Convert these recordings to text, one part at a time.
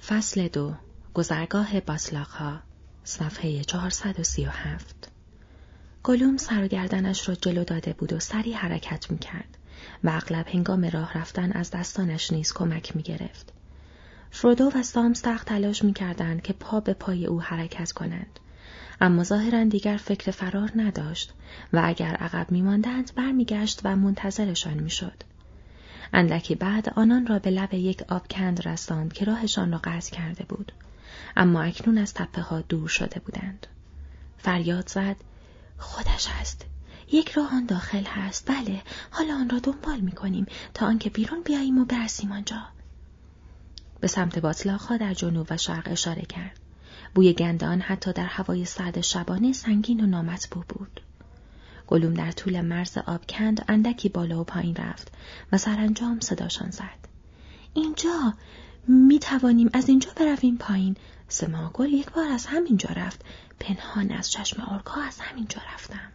فصل 2. گذرگاه باتلاق‌ها. صفحه 437. گلوم سر و گردنش را جلو داده بود و سریع حرکت می‌کرد و اغلب هنگام راه رفتن از دستانش نیز کمک می‌گرفت. فرودو و سام سخت تلاش می‌کردند که پا به پای او حرکت کنند، اما ظاهراً دیگر فکر فرار نداشت و اگر عقب می‌ماندند برمیگشت و منتظرشان می‌شد. اندکی بعد آنان را به لب یک آبکند رساند که راهشان را قطع کرده بود، اما اکنون از تپه‌ها دور شده بودند. فریاد زد: خودش هست. یک راه آن داخل هست. بله، حالا آن را دنبال می‌کنیم تا آنکه بیرون بیاییم و برسیم آنجا. به سمت باتلاق‌ها در جنوب و شرق اشاره کرد. بوی گندان حتی در هوای سرد شبانه سنگین و نامطبوع بود. گلوم در طول مرز آبکند اندکی بالا و پایین رفت و سرانجام صداشان زد: اینجا، می توانیم از اینجا برویم پایین. سماگل یک بار از همینجا رفت. پنهان از چشم اورکا از همینجا رفتم.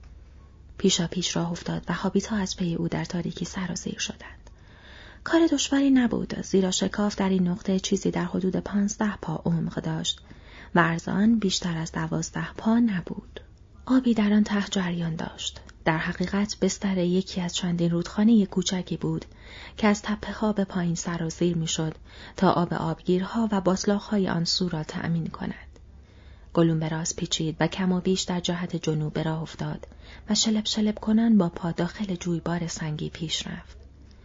پیشا پیش راه افتاد و هابیت‌ها از پی او در تاریکی سرازیر شدند. کار دشواری نبود، زیرا شکاف در این نقطه چیزی در حدود 15 پا عمق داشت و عرض آن بیشتر از 12 پا نبود. آبی در آن ته جریان داشت. در حقیقت بستر یکی از چندین رودخانه کوچکی بود که از تپه‌ها به پایین سرازیر می‌شد تا آب آبگیرها و باتلاق‌های آن سو را تأمین کند. گلوم به راست پیچید و کم و بیش در جهت جنوب به راه افتاد و شلپ شلپ کنان با پا داخل جویبار سنگی پیش رفت.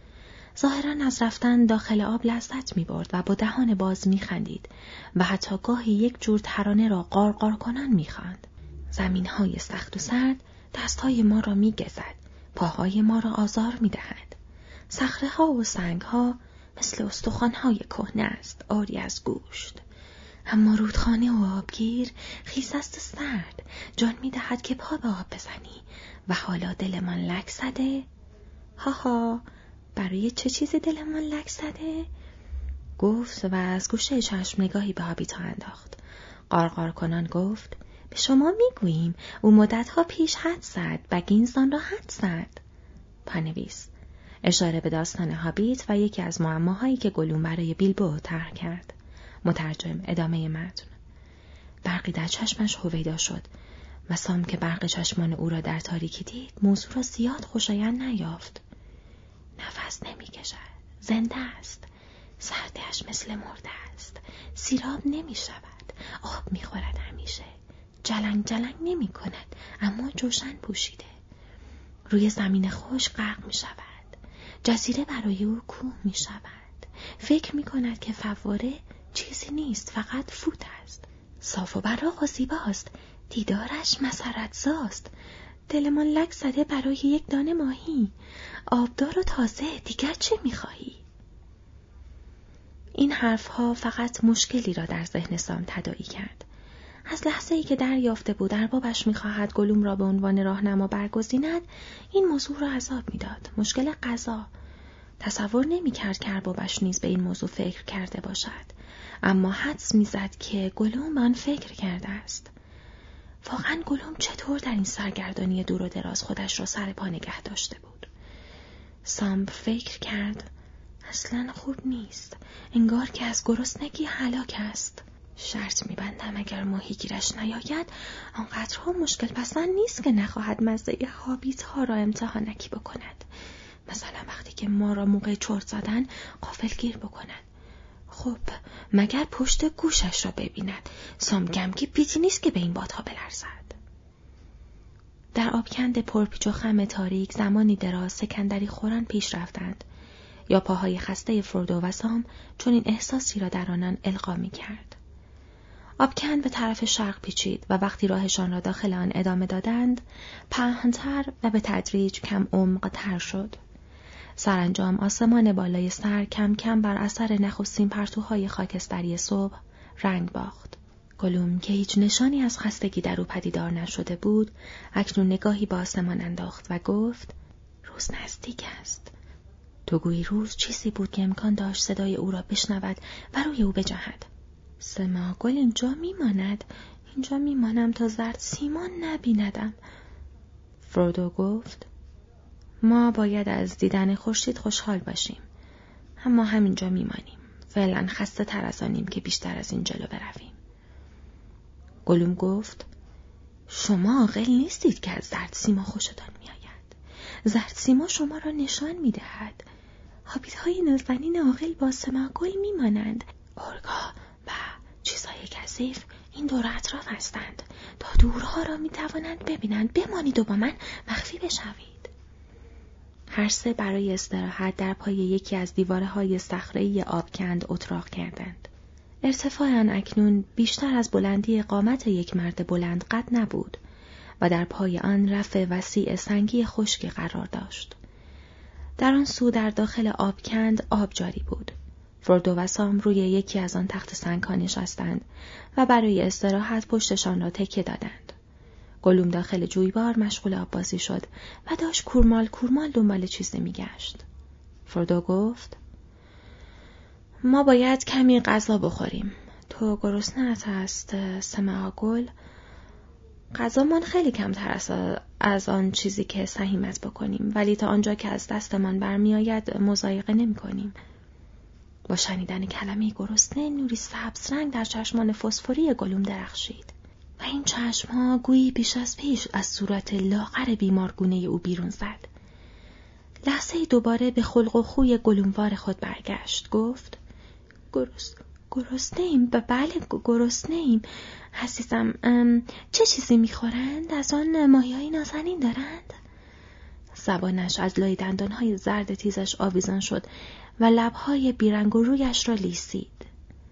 ظاهراً از رفتن داخل آب لذت می‌برد و با دهان باز می‌خندید و حتی گاهی یک جور ترانه را قارقار کنان می‌خواند. زمین‌های سخت و سرد دست‌های ما را می‌گزد، پاهای ما را آزار می‌دهد. صخره‌ها و سنگ‌ها مثل استخوان‌های کهنه است، عاری از گوشت. اما رودخانه و آبگیر خیس است سرد، جان می‌دهد که پا به آب بزنی. و حالا دلمان لک زده؟ هاها، برای چه چیزی دلمان لک زده؟ گفت و از گوشه چشم نگاهی به هابیتا انداخت. قارقار کنان گفت: به شما میگوییم او مدتها پیش حد زد، بگینزان را حد زد. پانویس: اشاره به داستان هابیت و یکی از معماهایی که گلوم برای بیلبو طرح کرد. مترجم: ادامه متن. برقی در چشمش هویدا شد و سام که برق چشمان او را در تاریکی دید موضوع را زیاد خوشایند نیافت. نفس نمی‌کشد، زنده است. سرده‌اش مثل مرده است. سیراب نمی‌شود، آب می‌خورد همیشه. جلنگ جلنگ نمی‌کند، اما جوشن پوشیده. روی زمین خشک غرق می‌شود. جزیره برای او کوه می‌شود. فکر می‌کند که فواره چیزی نیست، فقط فوت است. صاف و براق و زیباست. دیدارش مسرت‌زاست. دلمان لک زده برای یک دانه ماهی. آبدار و تازه، دیگر چه می‌خواهی؟ این حرفها فقط مشکلی را در ذهن سام تداعی کرد. از لحظه‌ای که دریافته بود اربابش می‌خواهد گلوم را به عنوان راهنما برگزیند، این موضوع را عذاب می‌داد. مشکل غذا. تصور نمی‌کرد که اربابش نیز به این موضوع فکر کرده باشد، اما حدس می‌زد که گلوم به آن فکر کرده است. واقعاً گلوم چطور در این سرگردانی دور و دراز خودش را سر پا نگه داشته بود؟ سام فکر کرد اصلاً خوب نیست. انگار که از گرسنگی هلاک است. شرط می‌بندم اگر ماهی گیرش نیاید آنقدرها مشکل پسند نیست که نخواهد مزه هابیت‌ها را امتحانکی بکند. مثلا وقتی که ما را موقع چرت زدن غافلگیر بکند. خب مگر پشت گوشش را ببیند. سام گمگی بیتی نیست که به این بادها بلرزد. در آبکند پرپیچ و خم تاریک زمانی دراز سکندری خوران پیش رفتند. یا پاهای خسته فرودو و سام چون این احساسی را در آنان القا می کرد. آبکند به طرف شرق پیچید و وقتی راهشان را داخل آن ادامه دادند پهن‌تر و به تدریج کم عمق‌تر شد. سرانجام آسمان بالای سر کم کم بر اثر نخستین پرتوهای خاکستری صبح رنگ باخت. گلوم که هیچ نشانی از خستگی در او پدیدار نشده بود اکنون نگاهی به آسمان انداخت و گفت: روز نزدیک است. تو گویی روز چیزی بود که امکان داشت صدای او را بشنود و روی او بجهد. سماگل اینجا میماند. اینجا میمانم تا زرد سیمان نبیندم. فرودو گفت: ما باید از دیدن خورشید خوشحال باشیم، اما همینجا میمانیم. فعلا خسته تر از آنیم که بیشتر از این جلو برویم. گلوم گفت شما عاقل نیستید که از زرد سیما خوشتان میآید. زرد سیما شما را نشان میدهد. هابیت‌های نازنین عاقل با سماگل میمانند. اورگا و چیزهای کثیف این دور اطراف هستند. تا دورها را میتوانند ببینند. بمانید و با من مخفی بشوید. هر سه برای استراحت در پای یکی از دیوارهای صخره‌ای آبکند اتراق کردند. ارتفاع آن اکنون بیشتر از بلندی قامت یک مرد بلند قد نبود و در پای آن رف وسیع سنگی خشکی قرار داشت. در آن سو در داخل آبکند آب جاری بود. فردو و سام روی یکی از آن تخت سنگ‌ها نشستند و برای استراحت پشتشان را تکیه دادند. گلوم داخل جویبار مشغول آب بازی شد و داشت کورمال دنبال چیزی می‌گشت. فردو گفت ما باید کمی غذا بخوریم. تو گرسنه‌ات است سماگل؟ غذامان خیلی کمتر است از آن چیزی که سهیمت بکنیم، ولی تا آنجا که از دستمان برمیآید مضایقه نمی‌کنیم. با شنیدن کلمه گرسنه نوری سبز رنگ در چشمان فسفوری گلوم درخشید و این چشم‌ها گویی پیش از پیش از صورت لاغر بیمارگونه او بیرون زد. لحظه‌ای دوباره به خلق و خوی گلوموار خود برگشت. گفت گرسنه‌ایم. بله گرسنه‌ایم عزیزم. چه چیزی می‌خورند؟ از آن ماهی‌های نازنین دارند؟ زبانش از لای دندان‌های زرد تیزش آویزان شد و لب‌های بیرنگ و رویش را لیسید.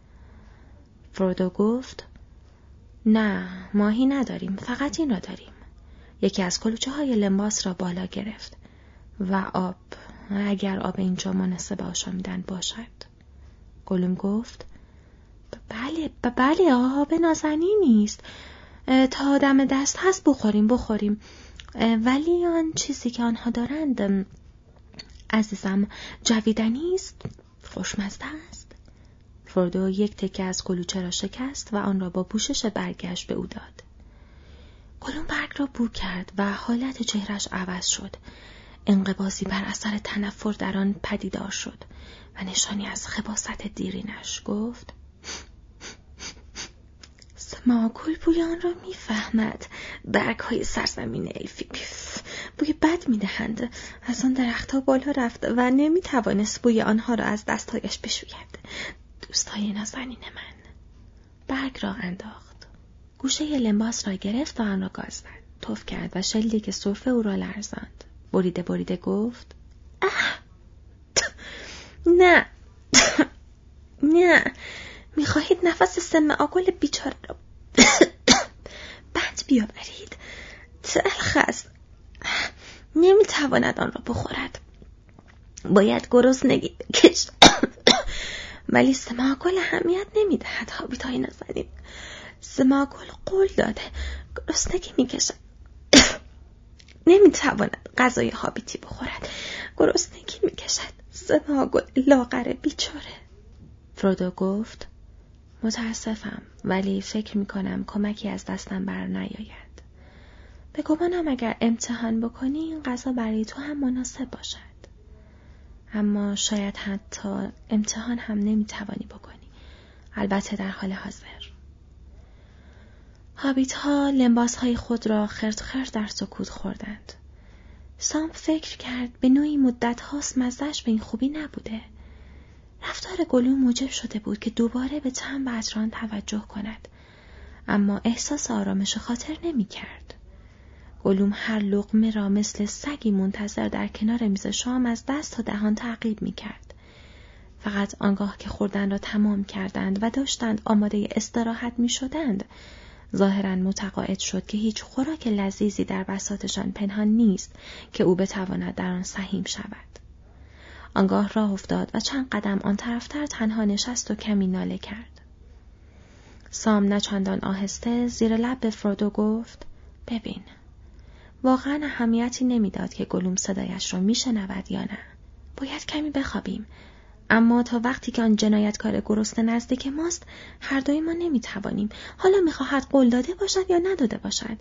فرودو گفت نه ماهی نداریم، فقط این را داریم. یکی از کلوچه‌های لمباس را بالا گرفت و آب، اگر آب اینجا مناسب آشامیدن باشد. گلوم گفت بله آب نازنینی است. تا دم دست هست بخوریم. ولی آن چیزی که آنها دارند عزیزم جویدنی است، خوشمزه است. فردو یک تکه از کلوچه را شکست و آن را با پوشش برگشت به او داد. گلوم برگ را بو کرد و حالت چهرش عوض شد. انقباضی بر اثر تنفر در آن پدیدار شد و نشانی از خباثت دیرینش. گفت سماگل بوی آن را میفهمد. برگ‌های سرزمین الفی بوی بد میدهند. از آن درخت‌ها بالا رفت و نمیتوانست بوی آنها را از دستهایش بشوید. دوستای نازنین من. برگ را انداخت. گوشه لباس را گرفت و آن را گاز زد. تف کرد و شلیک سرفه او را لرزاند. بریده گفت نه میخواهید نفس سماگل بیچاره را بند بیاورید. تلخ است. نمیتواند آن را بخورد. باید گرسنگی بکشد. ولی سماگل اهمیت نمیدهد. هابیت‌های نازنین سماگل قول داده گرسنگی میکشد. نمیتواند غذای هابیتی بخورد. گرسنگی میکشد. سماگل لاغر بیچاره. فرودو گفت متاسفم، ولی فکر میکنم کمکی از دستم بر نیاید. به گمانم اگر امتحان بکنی این غذا برای تو هم مناسب باشد. اما شاید حتی امتحان هم نمیتوانی بکنی. البته در حال حاضر. هابیت‌ها لباس‌های خود را خرد در سکوت خوردند. سام فکر کرد به نوعی مدت هاست مزه‌اش به این خوبی نبوده. رفتار گلوم موجب شده بود که دوباره به طعم و عطر توجه کند، اما احساس آرامش خاطر نمی کرد. گلوم هر لقمه را مثل سگی منتظر در کنار میز شام از دست تا دهان تعقیب می کرد. فقط آنگاه که خوردن را تمام کردند و داشتند آماده استراحت می شدند، ظاهراً متقاعد شد که هیچ خوراک لذیذی در بساطشان پنهان نیست که او بتواند در آن سهیم شود. آنگاه راه افتاد و چند قدم آن طرفتر تنها نشست و کمی ناله کرد. سام نه چندان آهسته زیر لب به فرودو گفت ببین، واقعا اهمیتی نمیداد که گلوم صدایش را میشنود یا نه. باید کمی بخوابیم، اما تا وقتی که آن جنایتکار گرسنه نزدیک ماست هر دوی ما نمیتوانیم. حالا میخواهد قول داده باشد یا نداده باشد.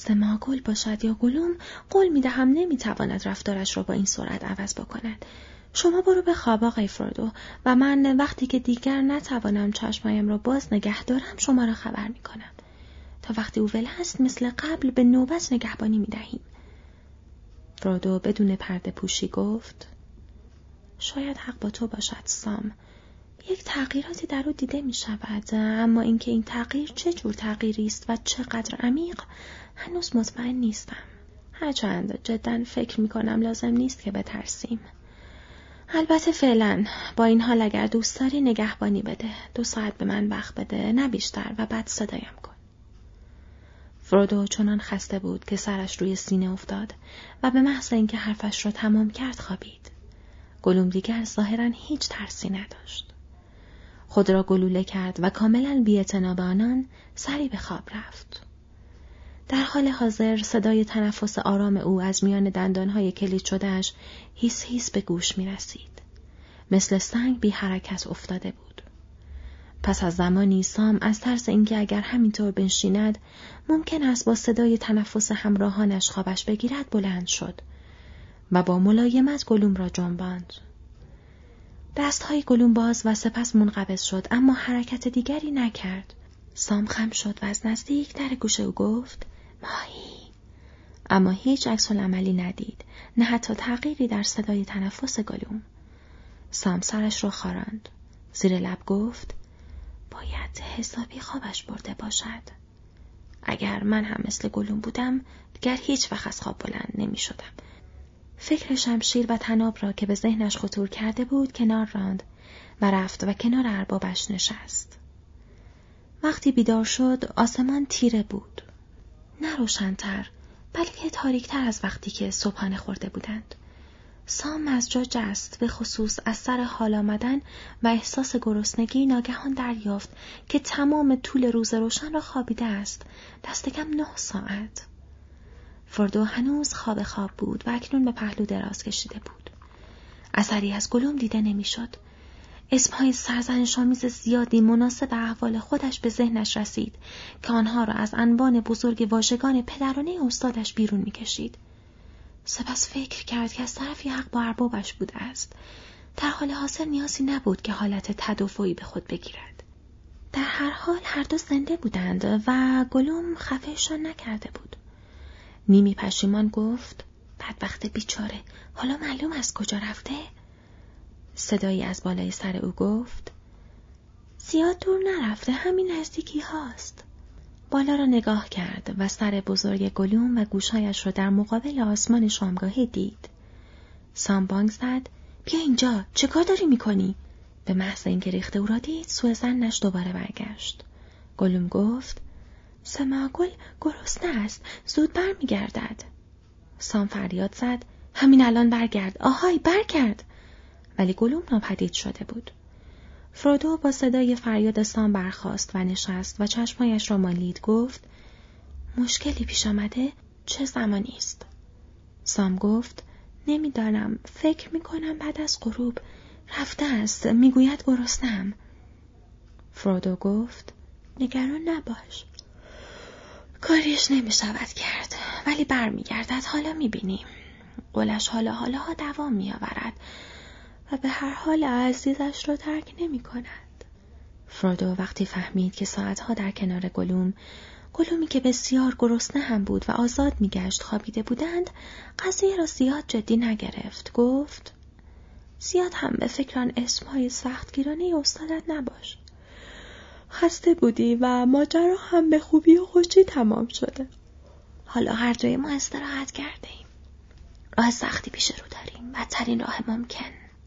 سماگل باشد یا گلوم، قول میدهم نمیتواند رفتارش را با این سرعت عوض بکند. شما برو به خواب آقای فرودو و من وقتی که دیگر نتوانم چشمایم را باز نگه دارم شما را خبر میکنم. تا وقتی اوول هست مثل قبل به نوبت نگهبانی میدهیم. فرودو بدون پرده پوشی گفت: شاید حق با تو باشد سام. یک تغییراتی در او دیده می شود، اما اینکه این تغییر چه جور تغییری است و چقدر عمیق هنوز مطمئن نیستم. هرچند جدا فکر می کنم لازم نیست که بترسیم. البته فعلا با این حال اگر دوست داری نگهبانی بده، 2 ساعت به من وقت بده، نه بیشتر، و بعد صدایم کن. فرودو چنان خسته بود که سرش روی سینه افتاد و به محض اینکه حرفش را تمام کرد خوابید. گلوم دیگر ظاهراً هیچ ترسی نداشت. خود را گلوله کرد و کاملاً بی‌اعتنا به آنان سری به خواب رفت. در حال حاضر صدای تنفس آرام او از میان دندانهای کلید شده‌اش هیس هیس به گوش می رسید. مثل سنگ بی حرکت افتاده بود. پس از زمانی سام از ترس اینکه اگر همینطور بنشیند ممکن است با صدای تنفس همراهانش خوابش بگیرد بلند شد و با ملایمت گلوم را جنباند. دستهای گلوم باز و سپس منقبض شد، اما حرکت دیگری نکرد. سام خم شد و از نزدیک در گوش او گفت: ماهی. اما هیچ عکس‌العملی ندید، نه حتی تغییری در صدای تنفس گلوم. سام سرش را خاراند. زیر لب گفت: باید حسابی خوابش برده باشد. اگر من هم مثل گلوم بودم دیگر هیچ وقت از خواب بلند نمی شدم. فکر شمشیر و طناب را که به ذهنش خطور کرده بود کنار راند و رفت و کنار اربابش نشست. وقتی بیدار شد آسمان تیره بود. نه روشن‌تر، بلکه تاریک‌تر از وقتی که صبحانه خورده بودند. سام از جا جست، به خصوص از سر حال آمدن و احساس گرسنگی ناگهان دریافت که تمام طول روز روشن را خوابیده است، دست کم 9 ساعت. فرودو هنوز خواب بود و اکنون به پهلو دراز کشیده بود. اثری از گلوم دیده نمی‌شد. اسمهای سرزنش‌آمیز زیادی مناسب احوال خودش به ذهنش رسید که آنها را از انبان بزرگ واژگان پدرانه استادش بیرون می‌کشید. سپس فکر کرد که از طرفی حق با اربابش بوده است. در حال حاضر نیازی نبود که حالت تدافعی به خود بگیرد. در هر حال هر دو زنده بودند و گلوم خفه‌شان نکرده بود. نیمی پشیمان گفت: بدبخت بیچاره، حالا معلوم است کجا رفته؟ صدایی از بالای سر او گفت: زیاد دور نرفته، همین نزدیکی هاست. بالا را نگاه کرد و سر بزرگ گلوم و گوشهایش را در مقابل آسمان شامگاهی دید. سام بانگ زد: بیا اینجا، چه کار داری میکنی؟ به محض اینکه ریخته او را دید سوء ظنش دوباره برگشت. گلوم گفت: سماگل گرسنه است، زود بر میگردد. سام فریاد زد: همین الان برگرد، آهای برگرد! ولی گلوم ناپدید شده بود. فرودو با صدای فریاد سام برخاست و نشست و چشمایش را مالید. گفت: مشکلی پیش آمده؟ چه زمانی است؟ سام گفت: نمیدانم، فکر میکنم بعد از غروب رفته است، میگوید گرسنه‌ام. فرودو گفت: نگران نباش، کاریش نمیشود کرد، ولی برمیگردد، حالا میبینی. قولش حالا دوام میآورد و به هر حال عزیزش را ترک نمی کند. فرودو وقتی فهمید که ساعتها در کنار گلومی که بسیار گرسنه هم بود و آزاد میگشت خوابیده بودند، قضیه را زیاد جدی نگرفت. گفت: زیاد هم به فکر آن اسمهای سختگیرانه استادت نباش. خسته بودی و ماجرا هم به خوبی و خوشی تمام شده. حالا هر دوی ما استراحت کرده ایم. راه سختی پیش رو داریم، بدترین راه ممکن.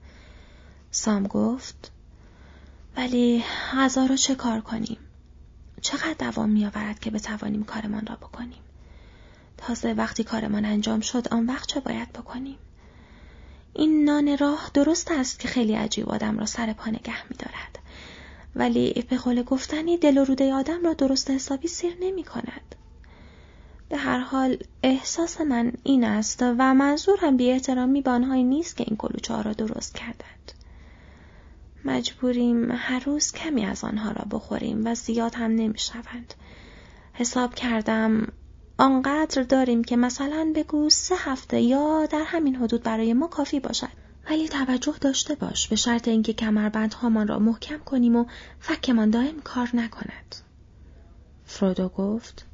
سام گفت: ولی غذا را چه کار کنیم؟ چقدر دوام می‌آورد که بتوانیم کارمان را بکنیم؟ تازه وقتی کارمان انجام شد آن وقت چه باید بکنیم؟ این نان راه درست است که خیلی عجیب آدم را سر پا نگه می‌دارد، ولی به قول گفتنی دل و روده آدم را درست حسابی سیر نمی‌کند. به هر حال احساس من این است و منظورم بی احترامی به آنهایی نیست که این کلوچه‌ها را درست کردند. مجبوریم هر روز کمی از آنها را بخوریم و زیاد هم نمی‌شوند. حساب کردم آنقدر داریم که مثلا بگو 3 هفته یا در همین حدود برای ما کافی باشد ولی توجه داشته باش، به شرط اینکه کمربندهامان را محکم کنیم و فکمان دائم کار نکند. فرودو گفت: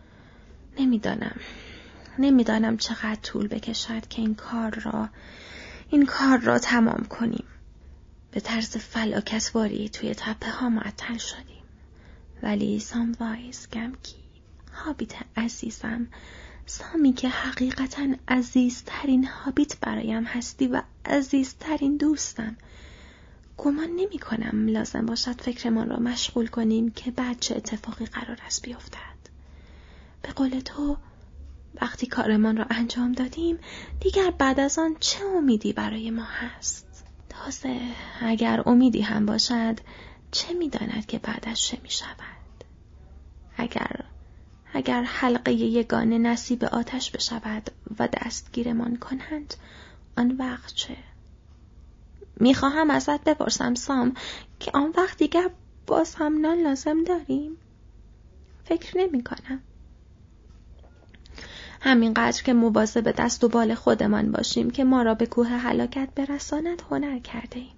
نمیدانم چقدر طول بکشد که این کار را تمام کنیم. به طرز فلاکت‌باری توی تپه ها معطل شدیم. ولی ساموایز گمکی، هابیت عزیزم، سامی که حقیقتاً عزیزترین هابیت برایم هستی و عزیزترین دوستم، گمان نمی کنم لازم باشد فکرمان را مشغول کنیم که بعد چه اتفاقی قرار است بیفتد. به قول تو، وقتی کارمان را انجام دادیم دیگر بعد از آن چه امیدی برای ما هست؟ تازه اگر امیدی هم باشد، چه می‌داند که بعدش چه می‌شود؟ اگر حلقه یگانه نصیب آتش بشود و دستگیرمان کنند، آن وقت چه؟ میخواهم ازت بپرسم سام که آن وقت دیگر باز هم نان لازم داریم؟ فکر نمی کنم. همینقدر که مواظب دست و بال خودمان باشیم که ما را به کوه هلاکت برساند هنر کرده ایم.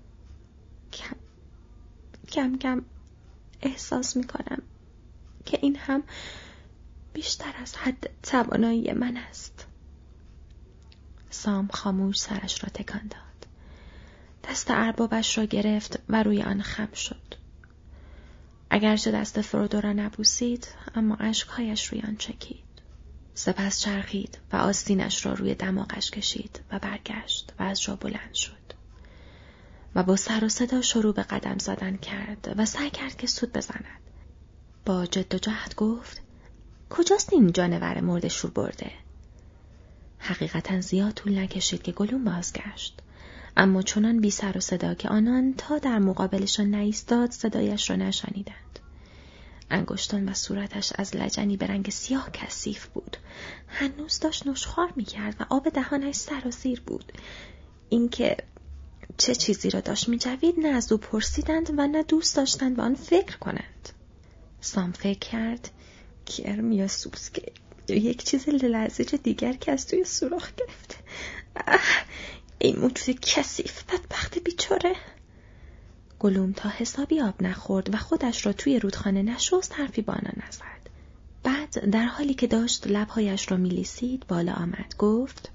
کم کم احساس می کنم که این هم بیشتر از حد توانایی من است. سام خاموش سرش را تکان داد. دست اربابش را گرفت و روی آن خم شد. اگرچه دست فرودو را نبوسید، اما اشکهایش روی آن چکید. سپس چرخید و آستینش را روی دماغش کشید و برگشت و از جا بلند شد و با سر و صدا شروع به قدم زدن کرد و سعی کرد که سود بزند. با جد و جهد گفت: کجاست این جانور مرد شور برده؟ حقیقتا زیاد طول نکشید که گلوم بازگشت، اما چنان بی سر و صدا که آنان تا در مقابلشان نایستاد صدایش را نشنیدند. انگشتان و صورتش از لجنی به رنگ سیاه کثیف بود. هنوز داشت نشخوار می‌کرد و آب دهانش سرازیر بود. اینکه چه چیزی را داشت می‌جوید نه از او پرسیدند و نه دوست داشتند به آن فکر کنند. سام فکر کرد کرم یا سوسکه یا یک چیز لذیذ دیگر که از توی سوراخ گرفته. این موجود کثیف، بدبخت بیچاره. گلوم تا حسابی آب نخورد و خودش را توی رودخانه نشست، حرفی با آنها نزد. بعد در حالی که داشت لبهایش را میلیسید بالا آمد. گفت: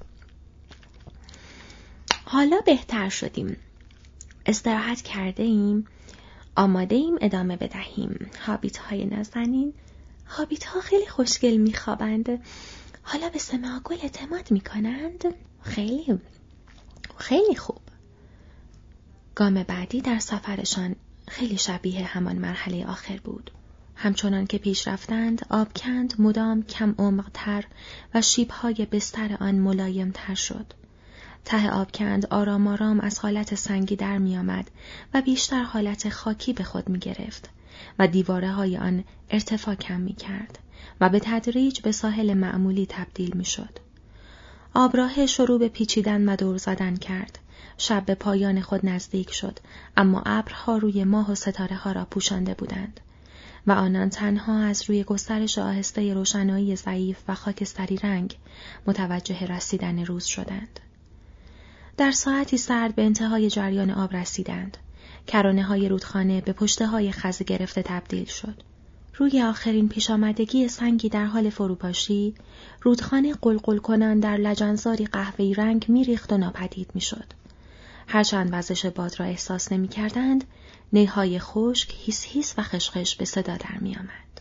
حالا بهتر شدیم. استراحت کرده ایم. آماده ایم ادامه بدهیم. هابیت های نازنین. هابیت ها خیلی خوشگل میخوابند. حالا به سماگل اعتماد میکنند. خیلی خوب. گام بعدی در سفرشان خیلی شبیه همان مرحله آخر بود. همچنان که پیش رفتند، آبکند مدام کم عمق‌تر و شیب‌های بستر آن ملایم‌تر شد. ته آبکند آرام آرام از حالت سنگی در می آمد و بیشتر حالت خاکی به خود می گرفت و دیواره های آن ارتفاع کم می کرد و به تدریج به ساحل معمولی تبدیل می شد. آبراه شروع به پیچیدن و دور زدن کرد. شب به پایان خود نزدیک شد، اما ابرها روی ماه و ستاره ها را پوشانده بودند و آنان تنها از روی گسترش آهسته روشنایی ضعیف و خاکستری رنگ متوجه رسیدن روز شدند. در ساعتی سرد به انتهای جریان آب رسیدند. کرانه های رودخانه به پشته های خزه گرفته تبدیل شد. روی آخرین پیشامدگی سنگی در حال فروپاشی، رودخانه قلقل کنان در لجنزاری قهوه‌ای رنگ می‌ریخت و ناپدید می‌شد. هرچند وزش باد را احساس نمی‌کردند، نیهای خشک هیس هیس و خشخش به صدا در می‌آمد.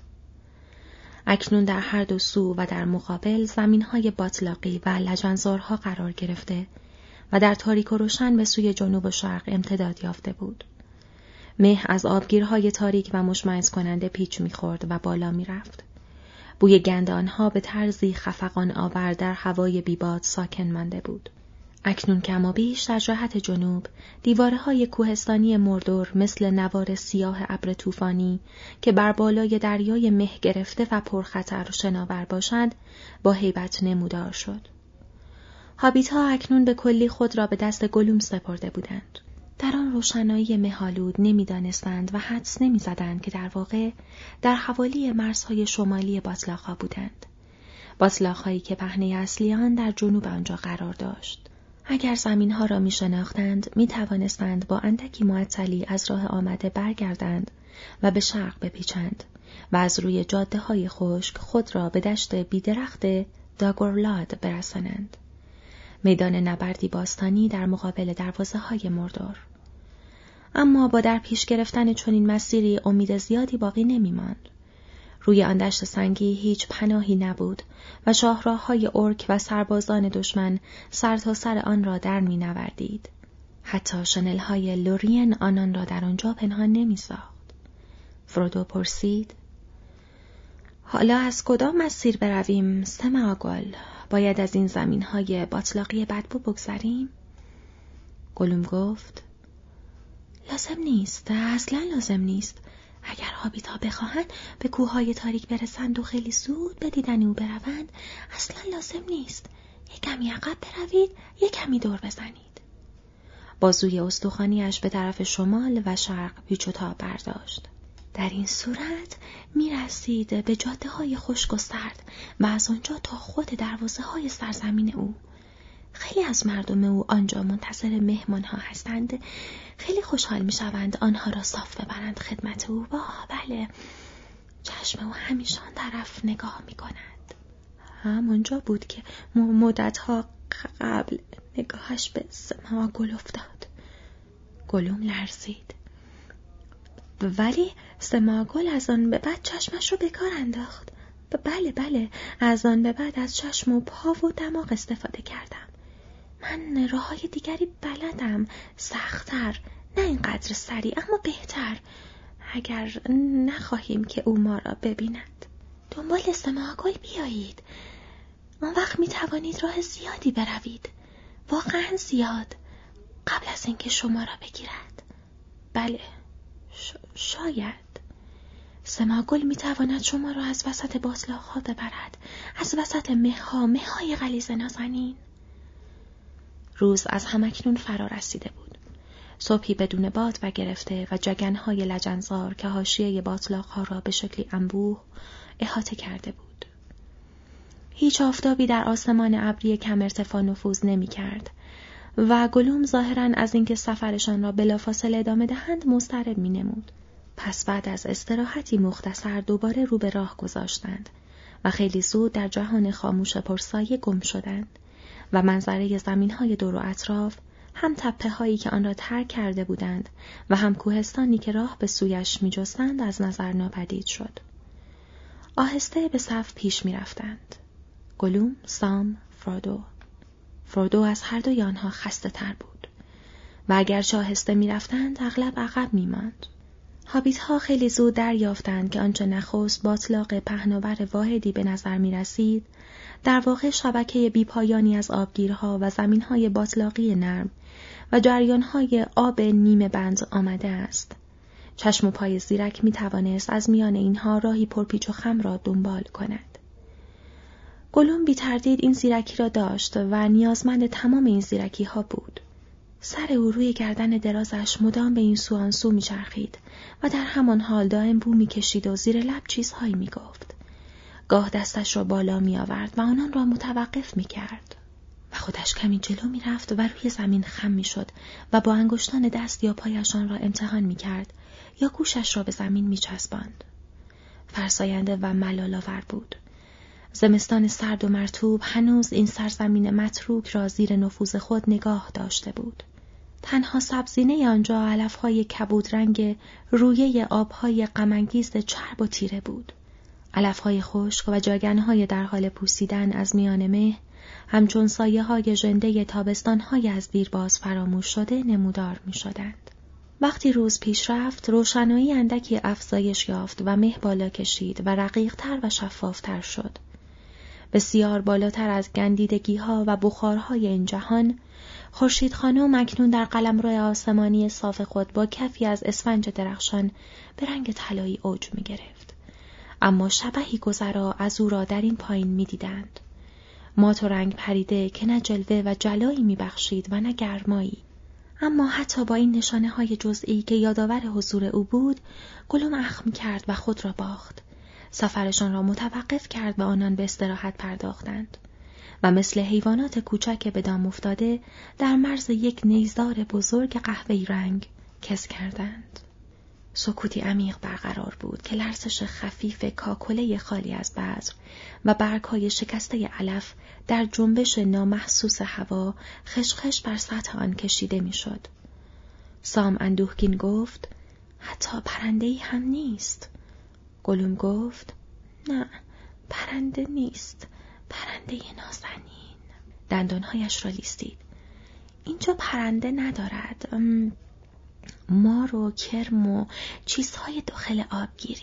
اکنون در هر دو سو و در مقابل زمین‌های باتلاقی و لجنزارها قرار گرفته و در تاریک و روشن به سوی جنوب و شرق امتداد یافته بود. مه از آبگیرهای تاریک و مشمئز کننده پیچ می‌خورد و بالا می‌رفت. بوی گند آنها به طرزی خفقان آور در هوای بیباد ساکن مانده بود. اکنون کم و بیش در جهت جنوب دیواره‌های کوهستانی مردور مثل نوار سیاه ابر طوفانی که بر بالای دریای مه گرفته و پرخطر شناور باشند با هیبت نمودار شد. هابیت‌ها اکنون به کلی خود را به دست گلوم سپرده بودند. در آن روشنایی مه‌آلود نمی‌دانستند و حدس نمی‌زدند که در واقع در حوالی مرزهای شمالی باتلاق‌ها بودند. باتلاق‌هایی که پهنه اصلی آن در جنوب آنجا قرار داشت. اگر زمین‌ها را می‌شناختند، می‌توانستند با اندکی معطلی از راه آمده برگردند و به شرق بپیچند و از روی جاده‌های خشک خود را به دشت بی‌درخت داگورلاد برسانند. میدان نبردی باستانی در مقابل دروازه‌های مردور. اما با در پیش گرفتن چنین مسیری امید زیادی باقی نمی‌ماند. روی آن دشت سنگی هیچ پناهی نبود و شاهراه‌های اورک و سربازان دشمن سر تا سر آن را در می‌نوردید. حتی شنل‌های لورین آنان را در آنجا پنهان نمی‌ساخت. فرودو پرسید: حالا از کدام مسیر برویم سماگل؟ باید از این زمین‌های باطلاقی بدبو بگذریم؟ گلوم گفت: لازم نیست، اصلاً لازم نیست. اگر هابیت‌ها بخواهند به کوههای تاریک برسند و خیلی زود به دیدن او بروند، اصلاً لازم نیست. یک کمی عقب بروید، یک کمی دور بزنید. بازوی استخوانی‌اش به طرف شمال و شرق پیچ و تاب برداشت. در این صورت می‌رسید به جاده‌های خشک و سرد و از آنجا تا خود دروازه‌های سرزمین او. خیلی از مردم او آنجا منتظر مهمان‌ها هستند. خیلی خوشحال می‌شوند آنها را صاف ببرند خدمت او. بله، چشم او همیشه آن طرف نگاه می‌کند. همونجا بود که مدت‌ها قبل نگاهش به سماگل افتاد. گلوم لرزید. ولی سماگل از آن به بعد چشمش رو به کار انداخت. بله، از آن به بعد از چشم و پا و دماغ استفاده کردم. من راه‌های دیگری بلدم، سخت‌تر، نه اینقدر سریع اما بهتر، اگر نخواهیم که او ما را ببیند. دنبال سماگل بیایید. اون وقت می توانید راه زیادی بروید، واقعا زیاد، قبل از اینکه شما را بگیرد. بله، شاید. سماگل می تواند شما را از وسط باطلاق‌ها ببرد، از وسط مه‌های غلیظ نازنین. روز از همکنون فرا رسیده بود. صبحی بدون باد و گرفته و جگن‌های لجنزار که حاشیه باطلاق‌ها را به شکلی انبوه احاطه کرده بود. هیچ آفتابی در آسمان ابری کم ارتفاع نفوذ نمی‌کرد و گلوم ظاهراً از اینکه سفرشان را بلافاصله ادامه دهند مضطرب می‌نمود. پس بعد از استراحتی مختصر دوباره رو به راه گذاشتند و خیلی زود در جهان خاموش پرسایه گم شدند و منظره زمین‌های دور و اطراف، هم تپه‌هایی که آن را ترک کرده بودند و هم کوهستانی که راه به سویش می‌جستند از نظر ناپدید شد. آهسته به صف پیش می‌رفتند. گلوم، سام، فرودو از هر دوی آنها خسته تر بود و اگرچه آهسته می‌رفتند اغلب عقب می‌ماند. هابیت‌ها خیلی زود دریافتند که آنچه نخست باطلاق پهناور واحدی به نظر می‌رسید، در واقع شبکه بیپایانی از آبگیرها و زمین‌های باطلاقی نرم و جریان‌های آب نیمه بند آمده است. چشم و پای زیرک می‌توانست از میان اینها راهی پرپیچ و خم را دنبال کند. گلوم بی تردید این زیرکی را داشت و نیازمند تمام این زیرکی‌ها بود. سر او روی گردن درازش مدام به این سو آن سو می‌چرخید و در همان حال دائم بو می‌کشید و زیر لب چیزهایی می‌گفت. گاه دستش را بالا می‌آورد و آنان را متوقف می‌کرد و خودش کمی جلو می‌رفت و روی زمین خم می‌شد و با انگشتان دست یا پایشان را امتحان می‌کرد یا گوشش را به زمین می‌چسباند. فرساینده و ملال‌آور بود. زمستان سرد و مرطوب هنوز این سرزمین متروک را زیر نفوذ خود نگاه داشته بود. تنها سبزینه آنجا علف‌های کبود رنگ رویه آب‌های غم‌انگیز چرب و تیره بود. علف‌های خشک و جاگن‌های در حال پوسیدن از میان مه، همچون سایه‌های ژنده تابستان‌های از دیرباز فراموش شده نمودار می‌شدند. وقتی روز پیش رفت، روشنایی اندکی افزایش یافت و مه بالا کشید و رقیق‌تر و شفافتر شد. بسیار بالاتر از گندیدگی‌ها و بخارهای این جهان، خورشید خانم اکنون در قلمرو آسمانی صاف خود با کفی از اسفنج درخشان به رنگ طلایی اوج می‌گرفت. اما شبحی گذرا از او را در این پایین می‌دیدند. مات و رنگ پریده که نه جلوه و جلایی می‌بخشید و نه گرمایی. اما حتی با این نشانه‌های جزئی که یادآور حضور او بود، گلوم اخم کرد و خود را باخت. سفرشان را متوقف کرد و آنان به استراحت پرداختند و مثل حیوانات کوچک به دام افتاده در مرز یک نیزدار بزرگ قهوه‌ای رنگ کس کردند. سکوتی عمیق برقرار بود که لرزش خفیف کاکله خالی از بذر و برگ‌های شکسته علف در جنبش نامحسوس هوا خشخش بر سطح آن کشیده می‌شد. سام اندوهگین گفت: حتی پرنده‌ای هم نیست. گلوم گفت: نه، پرنده نیست، پرنده نازنین. دندانهایش را لیستید. اینجا پرنده ندارد. مار و کرم و چیزهای داخل آبگیر،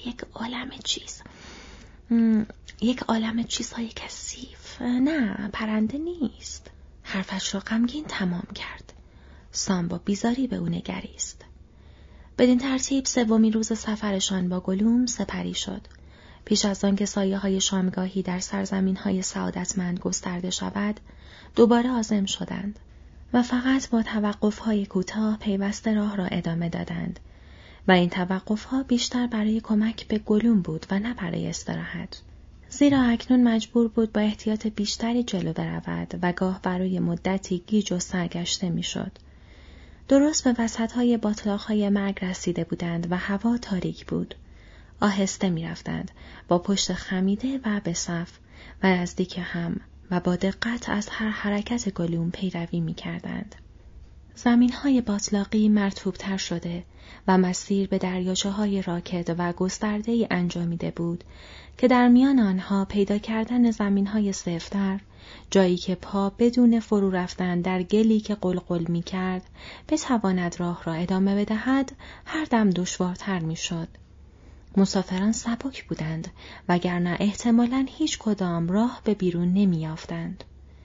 یک عالم چیزهای کثیف. نه، پرنده نیست. حرفش را غمگین تمام کرد. سام با بیزاری به او نگریست. بدین ترتیب سومین روز سفرشان با گلوم سپری شد. پیش از آن که سایه‌های شامگاهی در سرزمین‌های سعادتمند گسترده شود، دوباره عازم شدند و فقط با توقف‌های کوتاه پیوسته راه را ادامه دادند و این توقف‌ها بیشتر برای کمک به گلوم بود و نه برای استراحت. زیرا اکنون مجبور بود با احتیاط بیشتری جلو برود و گاه برای مدتی گیج و سرگشته می‌شد. درست به وسط‌های باتلاق‌های مرگ رسیده بودند و هوا تاریک بود. آهسته می‌رفتند با پشت خمیده و به صف و نزدیک هم و با دقت از هر حرکت گلوم پیروی می‌کردند. زمین‌های باتلاقی مرطوب‌تر شده و مسیر به دریاچه‌های راکد و گسترده‌ای انجامیده بود که در میان آنها پیدا کردن زمین‌های سفت‌تر، جایی که پا بدون فرو رفتن در گلی که قلقل می‌کرد بتواند راه را ادامه بدهد، هر دم دشوارتر می‌شد. مسافران سبک بودند وگرنه احتمالاً هیچ کدام راه به بیرون نمی‌یافتند.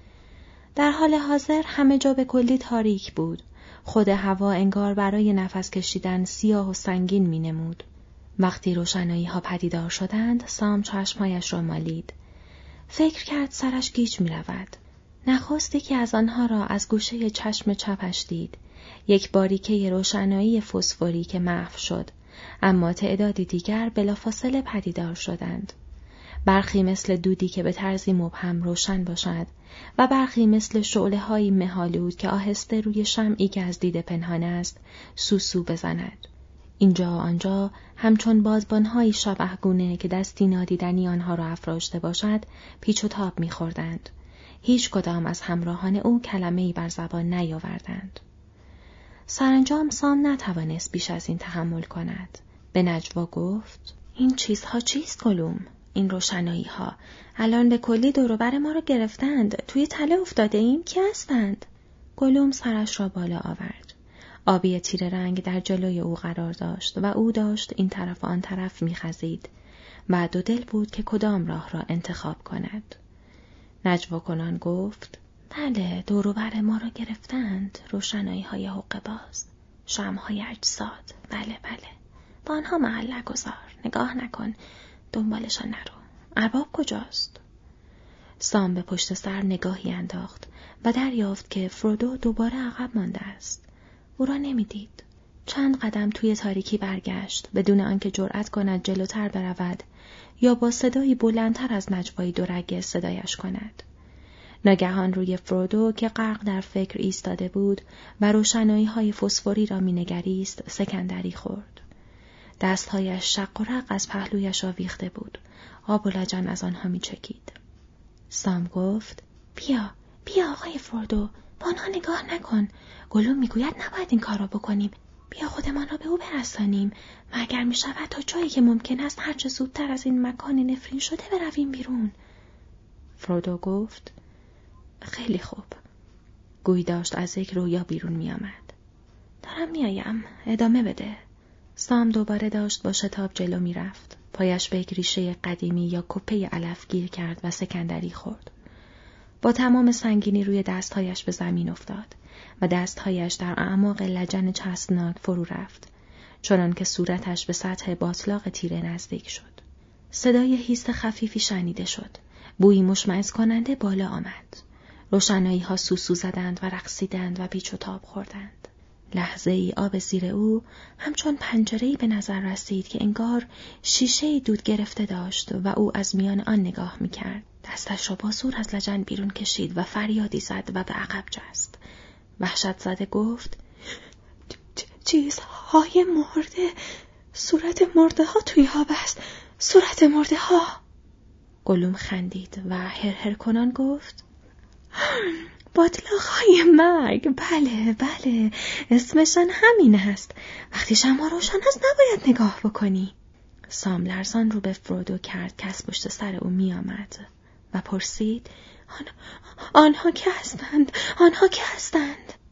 در حال حاضر همه جا به کلی تاریک بود. خود هوا انگار برای نفس کشیدن سیاه و سنگین می‌نمود. وقتی روشنایی‌ها پدیدار شدند، سام چشمهایش را مالید. فکر کرد سرش گیج می‌رود. نخست یکی از آنها را از گوشه چشم چپش دید. یک باریکه روشنایی فسفوری که محو شد، اما تعدادی دیگر بلافاصله پدیدار شدند. برخی مثل دودی که به طرزی مبهم روشن باشد و برخی مثل شعله‌های مه‌آلود که آهسته روی شمعی که از دید پنهان است سوسو بزند. اینجا آنجا همچون بادبان‌های شبحگونه که دستی نادیدنی آنها را افراشته باشد پیچ و تاب می‌خوردند. هیچ کدام از همراهان او کلمه‌ای بر زبان نیاوردند. سرانجام سام نتوانست بیش از این تحمل کند. به نجوا گفت: این چیزها چیست گلوم؟ این روشنایی‌ها الان به کلی دور و بر ما را گرفتند. توی تله افتاده ایم. کی هستند؟ گلوم سرش را بالا آورد. آبی تیره رنگ در جلوی او قرار داشت و او داشت این طرف و آن طرف می‌خزید و دو دل بود که کدام راه را انتخاب کند. نجوا کنان گفت: بله، دور و بر ما را گرفتند. روشنایی‌های حقه‌باز، شمع‌های اجساد. بله، با آنها محل نگذار. نگاه نکن، دنبالشان نرو. ارباب کجاست؟ سام به پشت سر نگاهی انداخت و دریافت که فرودو دوباره عقب مانده است. او را نمی‌دید. چند قدم توی تاریکی برگشت بدون آنکه جرأت کند جلوتر برود یا با صدایی بلندتر از نجوای دورگه صدایش کند. ناگهان روی فرودو که غرق در فکر ایستاده بود و روشنایی‌های فسفوری را می‌نگریست سکندری خورد. دستهایش شق و رق از پهلویش آویخته بود. آب و لجن از آنها می‌چکید. سام گفت: بیا آقای فرودو، با آنها نگاه نکن. گلوم میگوید نباید این کار را بکنیم. بیا خودمان را به او برسانیم و اگر می‌شود تا جایی که ممکن است هرچه زودتر از این مکان نفرین شده برویم بیرون. فرودو گفت: خیلی خوب. گویی داشت از یک رویا بیرون می‌آمد. دارم می‌آیم، ادامه بده. سام دوباره داشت با شتاب جلو می‌رفت. پایش به یک ریشه قدیمی یا کپه علف گیر کرد و سکندری خورد. با تمام سنگینی روی دستهایش به زمین افتاد و دستهایش در اعماق لجن چسبناک فرو رفت، چنان که صورتش به سطح باتلاق تیره نزدیک شد. صدای هیس خفیفی شنیده شد. بویی مشمئز کننده بالا آمد. روشنایی‌ها سوسو زدند و رقصیدند و پیچ و تاب خوردند. لحظه ای آب زیر او همچون پنجره‌ای به نظر رسید که انگار شیشه دود گرفته داشت و او از میان آن نگاه می‌کرد. دستش را با زور از لجن بیرون کشید و فریادی زد و به عقب جست. وحشت زده گفت: چیزهای مرده، صورت مرده ها توی آب است، صورت مرده ها. گلوم خندید و هر کنان گفت: باتلاق‌های مرگ، بله، اسمشان همین است. وقتی شمع روشن است نباید نگاه بکنی. سام لرزان رو به فرودو کرد که از پشت سر او می آمد و پرسید: آنها که هستند؟